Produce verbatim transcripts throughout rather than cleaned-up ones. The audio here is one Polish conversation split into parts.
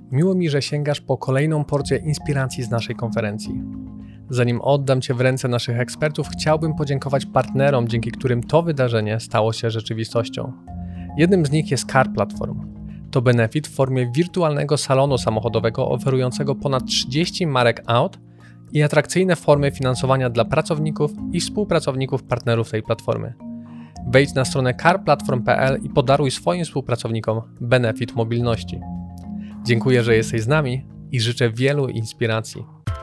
Miło mi, że sięgasz po kolejną porcję inspiracji z naszej konferencji. Zanim oddam Cię w ręce naszych ekspertów, chciałbym podziękować partnerom, dzięki którym to wydarzenie stało się rzeczywistością. Jednym z nich jest Car Platform. To benefit w formie wirtualnego salonu samochodowego oferującego ponad trzydzieści marek aut i atrakcyjne formy finansowania dla pracowników i współpracowników partnerów tej platformy. Wejdź na stronę car platform kropka p l i podaruj swoim współpracownikom benefit mobilności. Dziękuję, że jesteś z nami i życzę wielu inspiracji.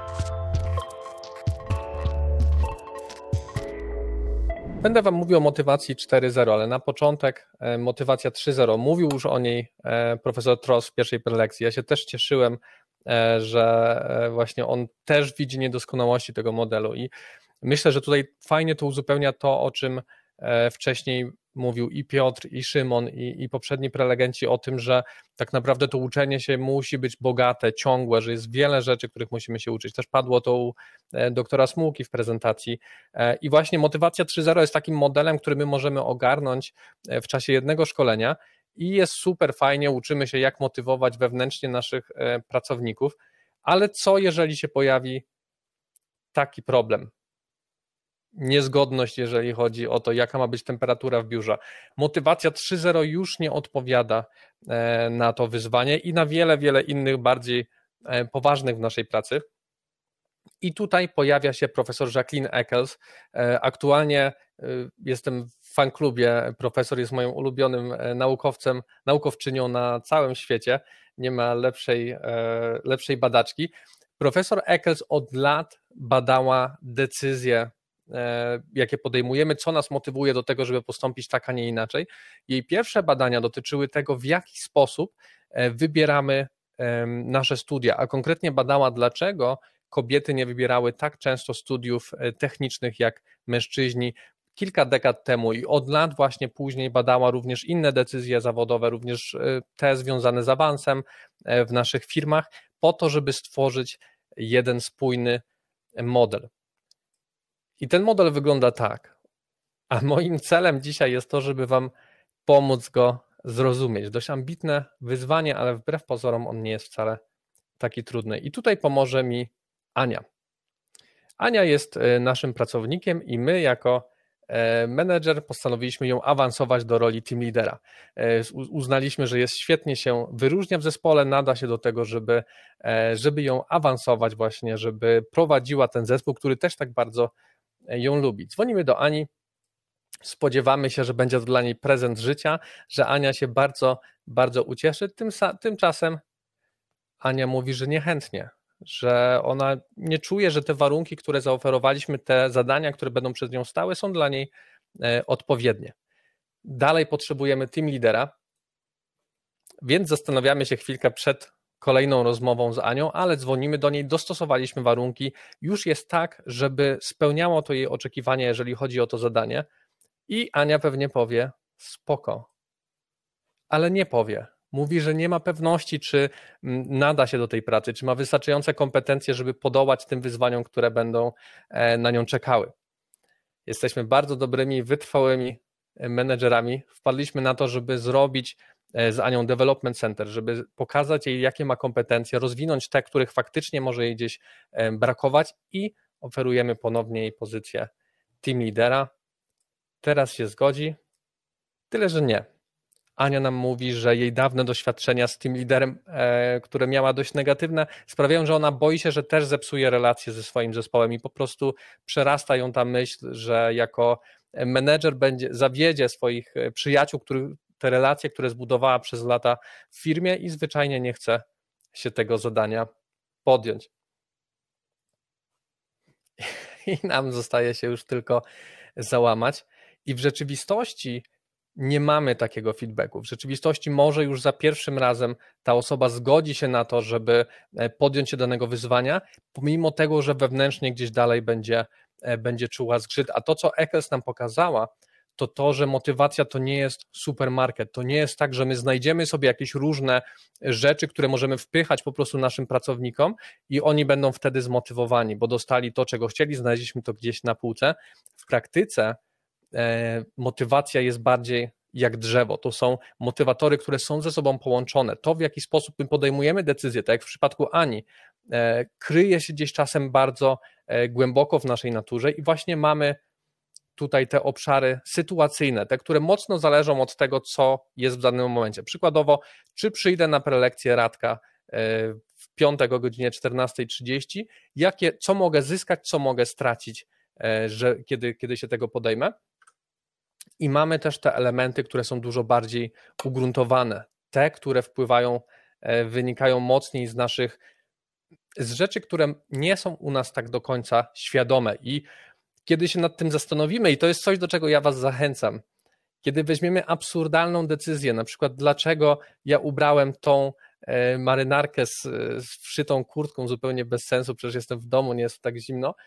Będę Wam mówił o motywacji cztery zero, ale na początek motywacja trzy zero. Mówił już o niej profesor Tross w pierwszej prelekcji. Ja się też cieszyłem, że właśnie on też widzi niedoskonałości tego modelu i myślę, że tutaj fajnie to uzupełnia to, o czym wcześniej mówił i Piotr, i Szymon, i, i poprzedni prelegenci o tym, że tak naprawdę to uczenie się musi być bogate, ciągłe, że jest wiele rzeczy, których musimy się uczyć. Też padło to u doktora Smułki w prezentacji i właśnie motywacja trzy zero jest takim modelem, który my możemy ogarnąć w czasie jednego szkolenia i jest super fajnie, uczymy się jak motywować wewnętrznie naszych pracowników, ale co jeżeli się pojawi taki problem? Niezgodność, jeżeli chodzi o to, jaka ma być temperatura w biurze. Motywacja trzy zero już nie odpowiada na to wyzwanie i na wiele, wiele innych bardziej poważnych w naszej pracy. I tutaj pojawia się profesor Jacqueline Eccles. Aktualnie jestem w fanklubie, profesor jest moim ulubionym naukowcem, naukowczynią na całym świecie, nie ma lepszej, lepszej badaczki. Profesor Eccles od lat badała decyzje, jakie podejmujemy, co nas motywuje do tego, żeby postąpić tak, a nie inaczej. Jej pierwsze badania dotyczyły tego, w jaki sposób wybieramy nasze studia, a konkretnie badała, dlaczego kobiety nie wybierały tak często studiów technicznych jak mężczyźni kilka dekad temu i od lat właśnie później badała również inne decyzje zawodowe, również te związane z awansem w naszych firmach, po to, żeby stworzyć jeden spójny model. I ten model wygląda tak, a moim celem dzisiaj jest to, żeby Wam pomóc go zrozumieć. Dość ambitne wyzwanie, ale wbrew pozorom on nie jest wcale taki trudny. I tutaj pomoże mi Ania. Ania jest naszym pracownikiem i my jako menedżer postanowiliśmy ją awansować do roli team lidera. Uznaliśmy, że jest świetnie się wyróżnia w zespole, nada się do tego, żeby, żeby ją awansować właśnie, żeby prowadziła ten zespół, który też tak bardzo ją lubi. Dzwonimy do Ani, spodziewamy się, że będzie to dla niej prezent życia, że Ania się bardzo, bardzo ucieszy. Tym, tymczasem Ania mówi, że niechętnie, że ona nie czuje, że te warunki, które zaoferowaliśmy, te zadania, które będą przed nią stały, są dla niej odpowiednie. Dalej potrzebujemy team lidera, więc zastanawiamy się chwilkę przed kolejną rozmową z Anią, ale dzwonimy do niej, dostosowaliśmy warunki, już jest tak, żeby spełniało to jej oczekiwania, jeżeli chodzi o to zadanie i Ania pewnie powie spoko, ale nie powie. Mówi, że nie ma pewności, czy nada się do tej pracy, czy ma wystarczające kompetencje, żeby podołać tym wyzwaniom, które będą na nią czekały. Jesteśmy bardzo dobrymi, wytrwałymi menedżerami. Wpadliśmy na to, żeby zrobić z Anią Development Center, żeby pokazać jej, jakie ma kompetencje, rozwinąć te, których faktycznie może jej gdzieś brakować i oferujemy ponownie jej pozycję team lidera. Teraz się zgodzi, tyle że nie. Ania nam mówi, że jej dawne doświadczenia z team liderem, które miała dość negatywne, sprawiają, że ona boi się, że też zepsuje relacje ze swoim zespołem i po prostu przerasta ją ta myśl, że jako menedżer będzie, zawiedzie swoich przyjaciół, których te relacje, które zbudowała przez lata w firmie i zwyczajnie nie chce się tego zadania podjąć. I nam zostaje się już tylko załamać. I w rzeczywistości nie mamy takiego feedbacku. W rzeczywistości może już za pierwszym razem ta osoba zgodzi się na to, żeby podjąć się danego wyzwania, pomimo tego, że wewnętrznie gdzieś dalej będzie, będzie czuła zgrzyt. A to, co Eccles nam pokazała, to to, że motywacja to nie jest supermarket, to nie jest tak, że my znajdziemy sobie jakieś różne rzeczy, które możemy wpychać po prostu naszym pracownikom i oni będą wtedy zmotywowani, bo dostali to, czego chcieli, znaleźliśmy to gdzieś na półce. W praktyce motywacja jest bardziej jak drzewo. To są motywatory, które są ze sobą połączone. To, w jaki sposób my podejmujemy decyzje, tak jak w przypadku Ani, kryje się gdzieś czasem bardzo głęboko w naszej naturze i właśnie mamy tutaj te obszary sytuacyjne, te, które mocno zależą od tego, co jest w danym momencie. Przykładowo, czy przyjdę na prelekcję Radka w piątek o godzinie czternasta trzydzieści, jakie, co mogę zyskać, co mogę stracić, że, kiedy, kiedy się tego podejmę. I mamy też te elementy, które są dużo bardziej ugruntowane, te, które wpływają, wynikają mocniej z naszych, z rzeczy, które nie są u nas tak do końca świadome. I kiedy się nad tym zastanowimy, i to jest coś, do czego ja was zachęcam, kiedy weźmiemy absurdalną decyzję, na przykład dlaczego ja ubrałem tą marynarkę z, z wszytą kurtką zupełnie bez sensu, przecież jestem w domu, nie jest tak zimno,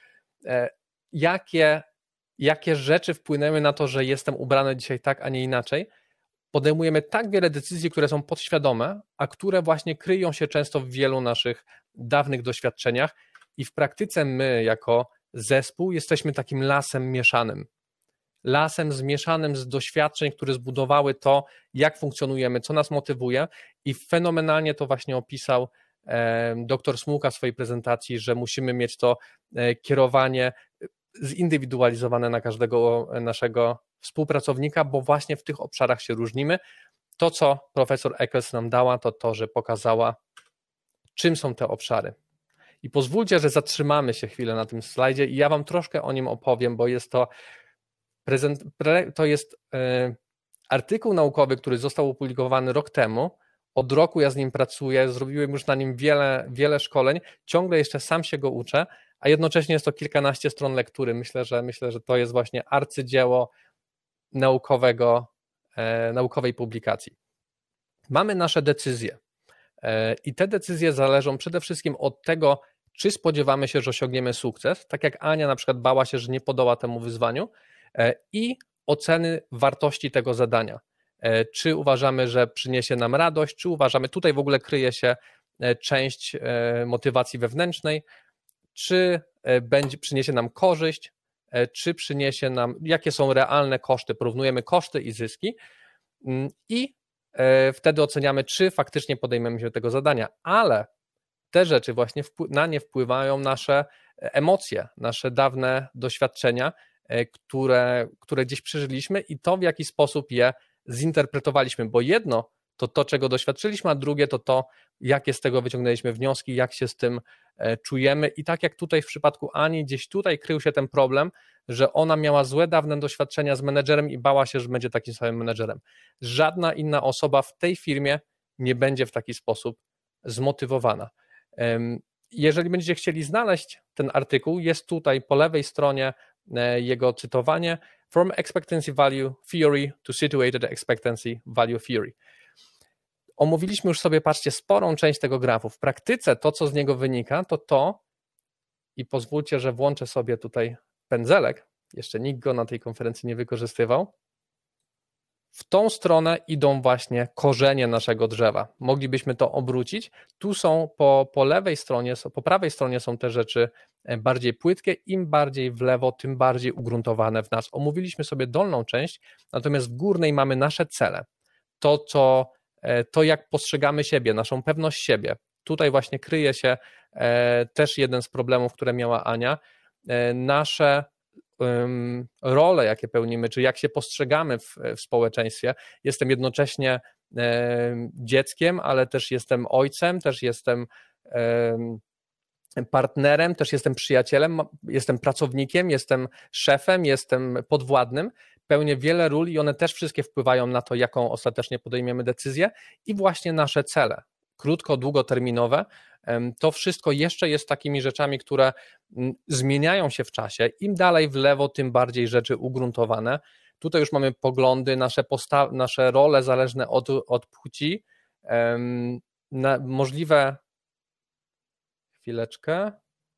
jakie, jakie rzeczy wpłynęły na to, że jestem ubrany dzisiaj tak, a nie inaczej, podejmujemy tak wiele decyzji, które są podświadome, a które właśnie kryją się często w wielu naszych dawnych doświadczeniach i w praktyce my jako zespół jesteśmy takim lasem mieszanym. Lasem zmieszanym z doświadczeń, które zbudowały to, jak funkcjonujemy, co nas motywuje i fenomenalnie to właśnie opisał doktor Smułka w swojej prezentacji, że musimy mieć to kierowanie zindywidualizowane na każdego naszego współpracownika, bo właśnie w tych obszarach się różnimy. To, co profesor Eccles nam dała, to to, że pokazała, czym są te obszary. I pozwólcie, że zatrzymamy się chwilę na tym slajdzie i ja wam troszkę o nim opowiem, bo jest to prezent, to jest yy, artykuł naukowy, który został opublikowany rok temu. Od roku ja z nim pracuję, zrobiłem już na nim wiele, wiele szkoleń, ciągle jeszcze sam się go uczę, a jednocześnie jest to kilkanaście stron lektury. Myślę, że myślę, że to jest właśnie arcydzieło naukowego, e, naukowej publikacji. Mamy nasze decyzje e, i te decyzje zależą przede wszystkim od tego, czy spodziewamy się, że osiągniemy sukces, tak jak Ania na przykład bała się, że nie podoła temu wyzwaniu, e, i oceny wartości tego zadania. E, czy uważamy, że przyniesie nam radość, czy uważamy, tutaj w ogóle kryje się część e, motywacji wewnętrznej, czy będzie, przyniesie nam korzyść, czy przyniesie nam, jakie są realne koszty, porównujemy koszty i zyski i wtedy oceniamy, czy faktycznie podejmiemy się tego zadania, ale te rzeczy właśnie na nie wpływają nasze emocje, nasze dawne doświadczenia, które, które gdzieś przeżyliśmy i to, w jaki sposób je zinterpretowaliśmy, bo jedno to to, czego doświadczyliśmy, a drugie to to, jakie z tego wyciągnęliśmy wnioski, jak się z tym czujemy i tak jak tutaj w przypadku Ani, gdzieś tutaj krył się ten problem, że ona miała złe dawne doświadczenia z menedżerem i bała się, że będzie takim samym menedżerem. Żadna inna osoba w tej firmie nie będzie w taki sposób zmotywowana. Jeżeli będziecie chcieli znaleźć ten artykuł, jest tutaj po lewej stronie jego cytowanie From Expectancy Value Theory to Situated Expectancy Value Theory. Omówiliśmy już sobie, patrzcie, sporą część tego grafu. W praktyce to, co z niego wynika, to to, i pozwólcie, że włączę sobie tutaj pędzelek, jeszcze nikt go na tej konferencji nie wykorzystywał, w tą stronę idą właśnie korzenie naszego drzewa. Moglibyśmy to obrócić. Tu są po, po lewej stronie, po prawej stronie są te rzeczy bardziej płytkie, im bardziej w lewo, tym bardziej ugruntowane w nas. Omówiliśmy sobie dolną część, natomiast w górnej mamy nasze cele. To, co to jak postrzegamy siebie, naszą pewność siebie. Tutaj właśnie kryje się też jeden z problemów, które miała Ania. Nasze role, jakie pełnimy, czy jak się postrzegamy w, w społeczeństwie. Jestem jednocześnie dzieckiem, ale też jestem ojcem, też jestem partnerem, też jestem przyjacielem, jestem pracownikiem, jestem szefem, jestem podwładnym. Pełnię wiele ról i one też wszystkie wpływają na to, jaką ostatecznie podejmiemy decyzję i właśnie nasze cele, krótko, długoterminowe, to wszystko jeszcze jest takimi rzeczami, które zmieniają się w czasie. Im dalej w lewo, tym bardziej rzeczy ugruntowane. Tutaj już mamy poglądy, nasze, posta- nasze role zależne od, od płci, na, możliwe, chwileczkę,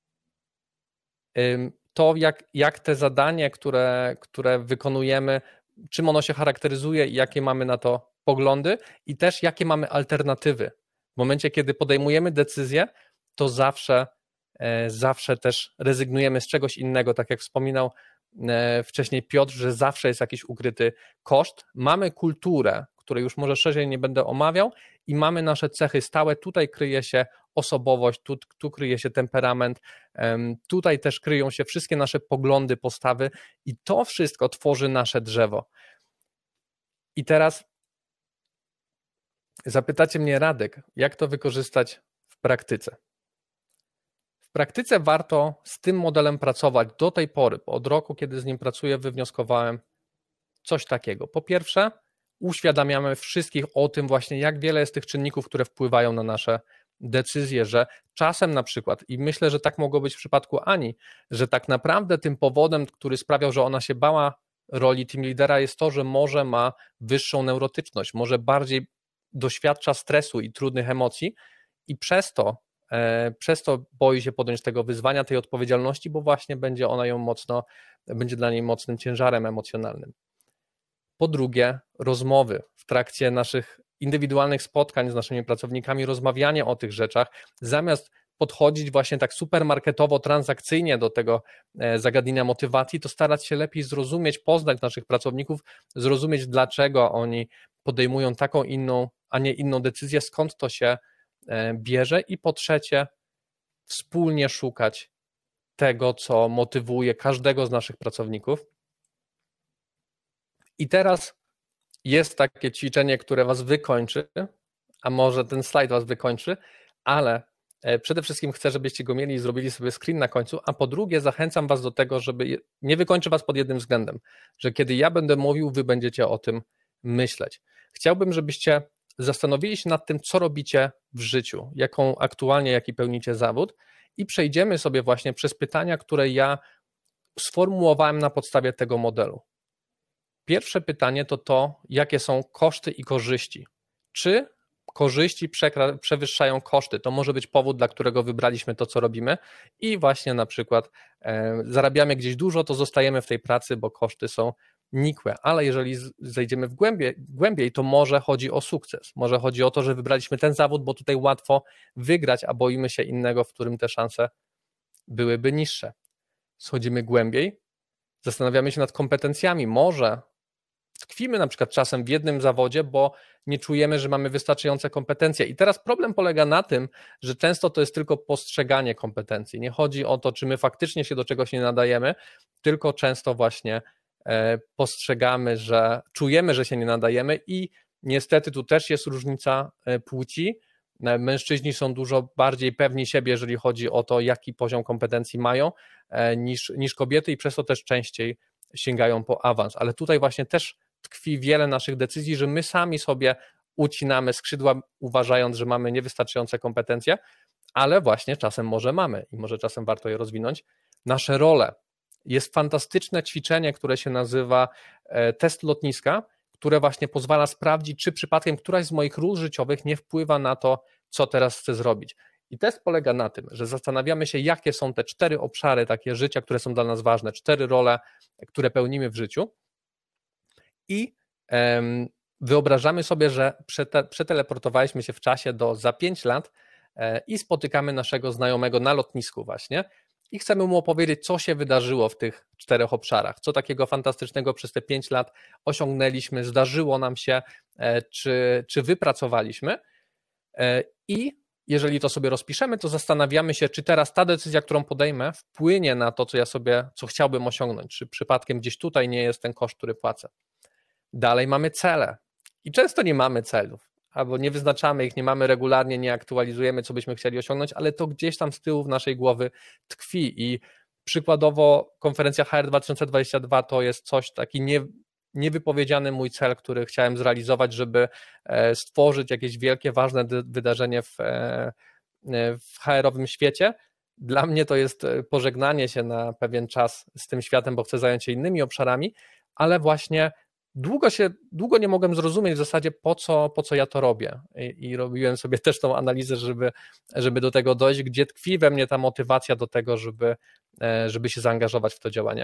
to jak, jak te zadanie, które, które wykonujemy, czym ono się charakteryzuje i jakie mamy na to poglądy i też jakie mamy alternatywy. W momencie, kiedy podejmujemy decyzję, to zawsze, zawsze też rezygnujemy z czegoś innego, tak jak wspominał wcześniej Piotr, że zawsze jest jakiś ukryty koszt. Mamy kulturę, której już może szerzej nie będę omawiał, i mamy nasze cechy stałe. Tutaj kryje się osobowość, tu, tu kryje się temperament, tutaj też kryją się wszystkie nasze poglądy, postawy i to wszystko tworzy nasze drzewo. I teraz zapytacie mnie, Radek, jak to wykorzystać w praktyce? W praktyce warto z tym modelem pracować. Do tej pory, od roku, kiedy z nim pracuję, wywnioskowałem coś takiego. Po pierwsze, uświadamiamy wszystkich o tym właśnie, jak wiele jest tych czynników, które wpływają na nasze decyzje, że czasem na przykład, i myślę, że tak mogło być w przypadku Ani, że tak naprawdę tym powodem, który sprawiał, że ona się bała roli team lidera, jest to, że może ma wyższą neurotyczność, może bardziej doświadcza stresu i trudnych emocji i przez to, e, przez to boi się podjąć tego wyzwania, tej odpowiedzialności, bo właśnie będzie ona ją mocno, będzie dla niej mocnym ciężarem emocjonalnym. Po drugie, rozmowy w trakcie naszych indywidualnych spotkań z naszymi pracownikami, rozmawianie o tych rzeczach, zamiast podchodzić właśnie tak supermarketowo, transakcyjnie do tego zagadnienia motywacji, to starać się lepiej zrozumieć, poznać naszych pracowników, zrozumieć, dlaczego oni podejmują taką inną, a nie inną decyzję, skąd to się bierze. I po trzecie, wspólnie szukać tego, co motywuje każdego z naszych pracowników. I teraz jest takie ćwiczenie, które was wykończy, a może ten slajd was wykończy, ale przede wszystkim chcę, żebyście go mieli i zrobili sobie screen na końcu, a po drugie zachęcam was do tego, żeby nie wykończy was pod jednym względem, że kiedy ja będę mówił, wy będziecie o tym myśleć. Chciałbym, żebyście zastanowili się nad tym, co robicie w życiu, jaką aktualnie, jaki pełnicie zawód i przejdziemy sobie właśnie przez pytania, które ja sformułowałem na podstawie tego modelu. Pierwsze pytanie to to, jakie są koszty i korzyści. Czy korzyści przewyższają koszty? To może być powód, dla którego wybraliśmy to, co robimy i właśnie na przykład e, zarabiamy gdzieś dużo, to zostajemy w tej pracy, bo koszty są nikłe, ale jeżeli zejdziemy w głębiej, głębiej, to może chodzi o sukces, może chodzi o to, że wybraliśmy ten zawód, bo tutaj łatwo wygrać, a boimy się innego, w którym te szanse byłyby niższe. Schodzimy głębiej, zastanawiamy się nad kompetencjami, może tkwimy na przykład czasem w jednym zawodzie, bo nie czujemy, że mamy wystarczające kompetencje. I teraz problem polega na tym, że często to jest tylko postrzeganie kompetencji. Nie chodzi o to, czy my faktycznie się do czegoś nie nadajemy, tylko często właśnie postrzegamy, że czujemy, że się nie nadajemy i niestety tu też jest różnica płci. Mężczyźni są dużo bardziej pewni siebie, jeżeli chodzi o to, jaki poziom kompetencji mają, niż, niż kobiety i przez to też częściej sięgają po awans. Ale tutaj właśnie też tkwi wiele naszych decyzji, że my sami sobie ucinamy skrzydła, uważając, że mamy niewystarczające kompetencje, ale właśnie czasem może mamy i może czasem warto je rozwinąć. Nasze role. Jest fantastyczne ćwiczenie, które się nazywa test lotniska, które właśnie pozwala sprawdzić, czy przypadkiem któraś z moich ról życiowych nie wpływa na to, co teraz chcę zrobić. I test polega na tym, że zastanawiamy się, jakie są te cztery obszary takie życia, które są dla nas ważne, cztery role, które pełnimy w życiu i um, wyobrażamy sobie, że przete, przeteleportowaliśmy się w czasie do za pięć lat e, i spotykamy naszego znajomego na lotnisku właśnie i chcemy mu opowiedzieć, co się wydarzyło w tych czterech obszarach, co takiego fantastycznego przez te pięć lat osiągnęliśmy, zdarzyło nam się, e, czy, czy wypracowaliśmy e, i jeżeli to sobie rozpiszemy, to zastanawiamy się, czy teraz ta decyzja, którą podejmę, wpłynie na to, co ja sobie, co chciałbym osiągnąć, czy przypadkiem gdzieś tutaj nie jest ten koszt, który płacę. Dalej mamy cele i często nie mamy celów, albo nie wyznaczamy ich, nie mamy regularnie, nie aktualizujemy, co byśmy chcieli osiągnąć, ale to gdzieś tam z tyłu w naszej głowy tkwi i przykładowo konferencja H R dwa tysiące dwadzieścia dwa to jest coś taki nie, niewypowiedziany mój cel, który chciałem zrealizować, żeby stworzyć jakieś wielkie, ważne wydarzenie w, w H R-owym świecie. Dla mnie to jest pożegnanie się na pewien czas z tym światem, bo chcę zająć się innymi obszarami, ale właśnie długo się, długo nie mogłem zrozumieć w zasadzie po co, po co ja to robię I, i robiłem sobie też tą analizę, żeby, żeby do tego dojść, gdzie tkwi we mnie ta motywacja do tego, żeby, żeby się zaangażować w to działanie.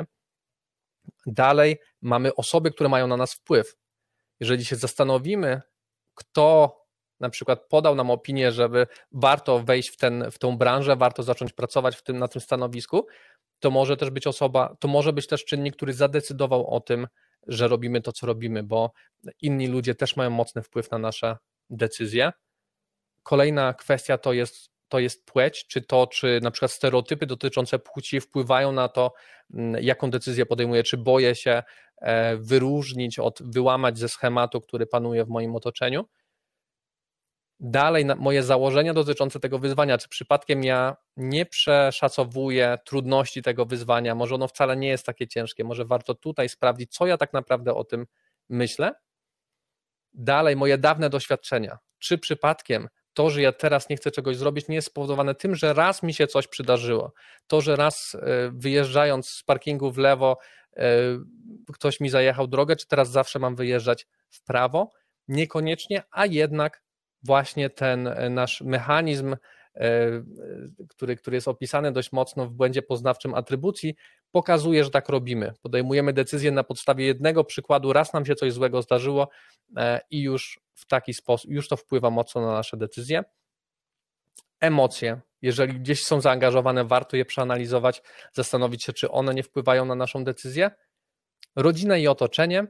Dalej mamy osoby, które mają na nas wpływ. Jeżeli się zastanowimy, kto na przykład podał nam opinię, żeby warto wejść w, ten, w tą branżę, warto zacząć pracować w tym, na tym stanowisku, to może też być osoba, to może być też czynnik, który zadecydował o tym, że robimy to, co robimy, bo inni ludzie też mają mocny wpływ na nasze decyzje. Kolejna kwestia to jest, to jest płeć, czy to, czy na przykład stereotypy dotyczące płci wpływają na to, jaką decyzję podejmuję, czy boję się wyróżnić, od, wyłamać ze schematu, który panuje w moim otoczeniu. Dalej moje założenia dotyczące tego wyzwania, czy przypadkiem ja nie przeszacowuję trudności tego wyzwania, może ono wcale nie jest takie ciężkie, może warto tutaj sprawdzić, co ja tak naprawdę o tym myślę. Dalej moje dawne doświadczenia, czy przypadkiem to, że ja teraz nie chcę czegoś zrobić, nie jest spowodowane tym, że raz mi się coś przydarzyło, to, że raz wyjeżdżając z parkingu w lewo ktoś mi zajechał drogę, czy teraz zawsze mam wyjeżdżać w prawo, niekoniecznie, a jednak właśnie ten nasz mechanizm, który, który jest opisany dość mocno w błędzie poznawczym atrybucji, pokazuje, że tak robimy. Podejmujemy decyzję na podstawie jednego przykładu, raz nam się coś złego zdarzyło i już w taki sposób, już to wpływa mocno na nasze decyzje. Emocje, jeżeli gdzieś są zaangażowane, warto je przeanalizować, zastanowić się, czy one nie wpływają na naszą decyzję. Rodzina i otoczenie,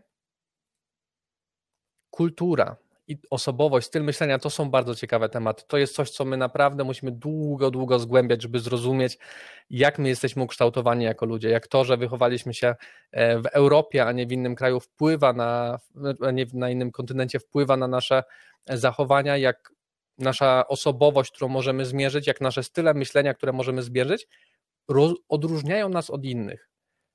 kultura i osobowość, styl myślenia to są bardzo ciekawe tematy. To jest coś, co my naprawdę musimy długo, długo zgłębiać, żeby zrozumieć, jak my jesteśmy ukształtowani jako ludzie, jak to, że wychowaliśmy się w Europie, a nie w innym kraju wpływa na, a nie na innym kontynencie wpływa na nasze zachowania, jak nasza osobowość, którą możemy zmierzyć, jak nasze style myślenia, które możemy zmierzyć, roz, odróżniają nas od innych.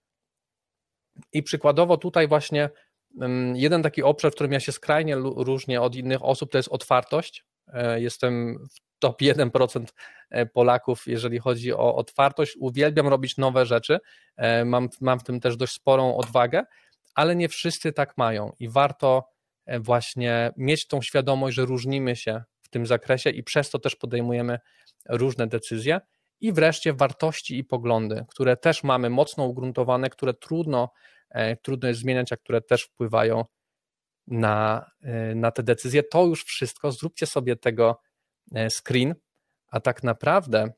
I przykładowo tutaj właśnie jeden taki obszar, w którym ja się skrajnie różnię od innych osób, to jest otwartość. Jestem w top jeden procent Polaków, jeżeli chodzi o otwartość. Uwielbiam robić nowe rzeczy, mam, mam w tym też dość sporą odwagę, ale nie wszyscy tak mają i warto właśnie mieć tą świadomość, że różnimy się w tym zakresie i przez to też podejmujemy różne decyzje. I wreszcie wartości i poglądy, które też mamy mocno ugruntowane, które trudno trudno jest zmieniać, a które też wpływają na, na te decyzje. To już wszystko, zróbcie sobie tego screen, a tak naprawdę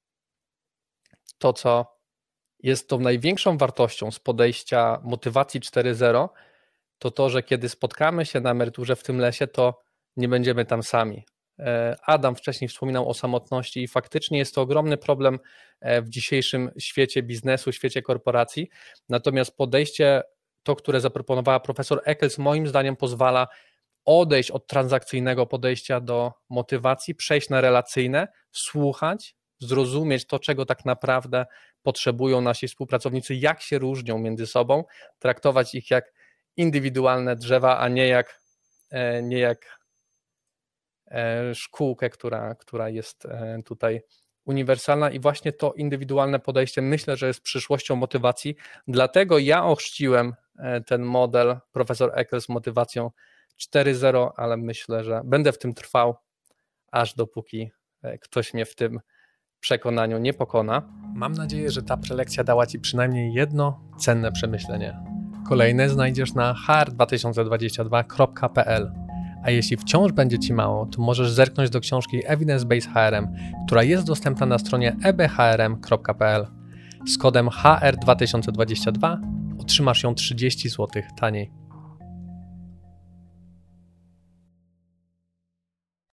to, co jest tą największą wartością z podejścia motywacji cztery zero, to to, że kiedy spotkamy się na emeryturze w tym lesie, to nie będziemy tam sami. Adam wcześniej wspominał o samotności i faktycznie jest to ogromny problem w dzisiejszym świecie biznesu, świecie korporacji, natomiast podejście, to, które zaproponowała profesor Eccles, moim zdaniem pozwala odejść od transakcyjnego podejścia do motywacji, przejść na relacyjne, słuchać, zrozumieć to, czego tak naprawdę potrzebują nasi współpracownicy, jak się różnią między sobą, traktować ich jak indywidualne drzewa, a nie jak, nie jak szkółkę, która, która jest tutaj uniwersalna i właśnie to indywidualne podejście myślę, że jest przyszłością motywacji, dlatego ja ochrzciłem ten model profesor Eccles motywacją cztery zero, ale myślę, że będę w tym trwał, aż dopóki ktoś mnie w tym przekonaniu nie pokona. Mam nadzieję, że ta prelekcja dała Ci przynajmniej jedno cenne przemyślenie. Kolejne znajdziesz na h r dwa tysiące dwadzieścia dwa kropka p l. A jeśli wciąż będzie Ci mało, to możesz zerknąć do książki Evidence Based H R M, która jest dostępna na stronie e b h r m kropka p l. Z kodem H R dwa tysiące dwadzieścia dwa otrzymasz ją trzydzieści złotych taniej.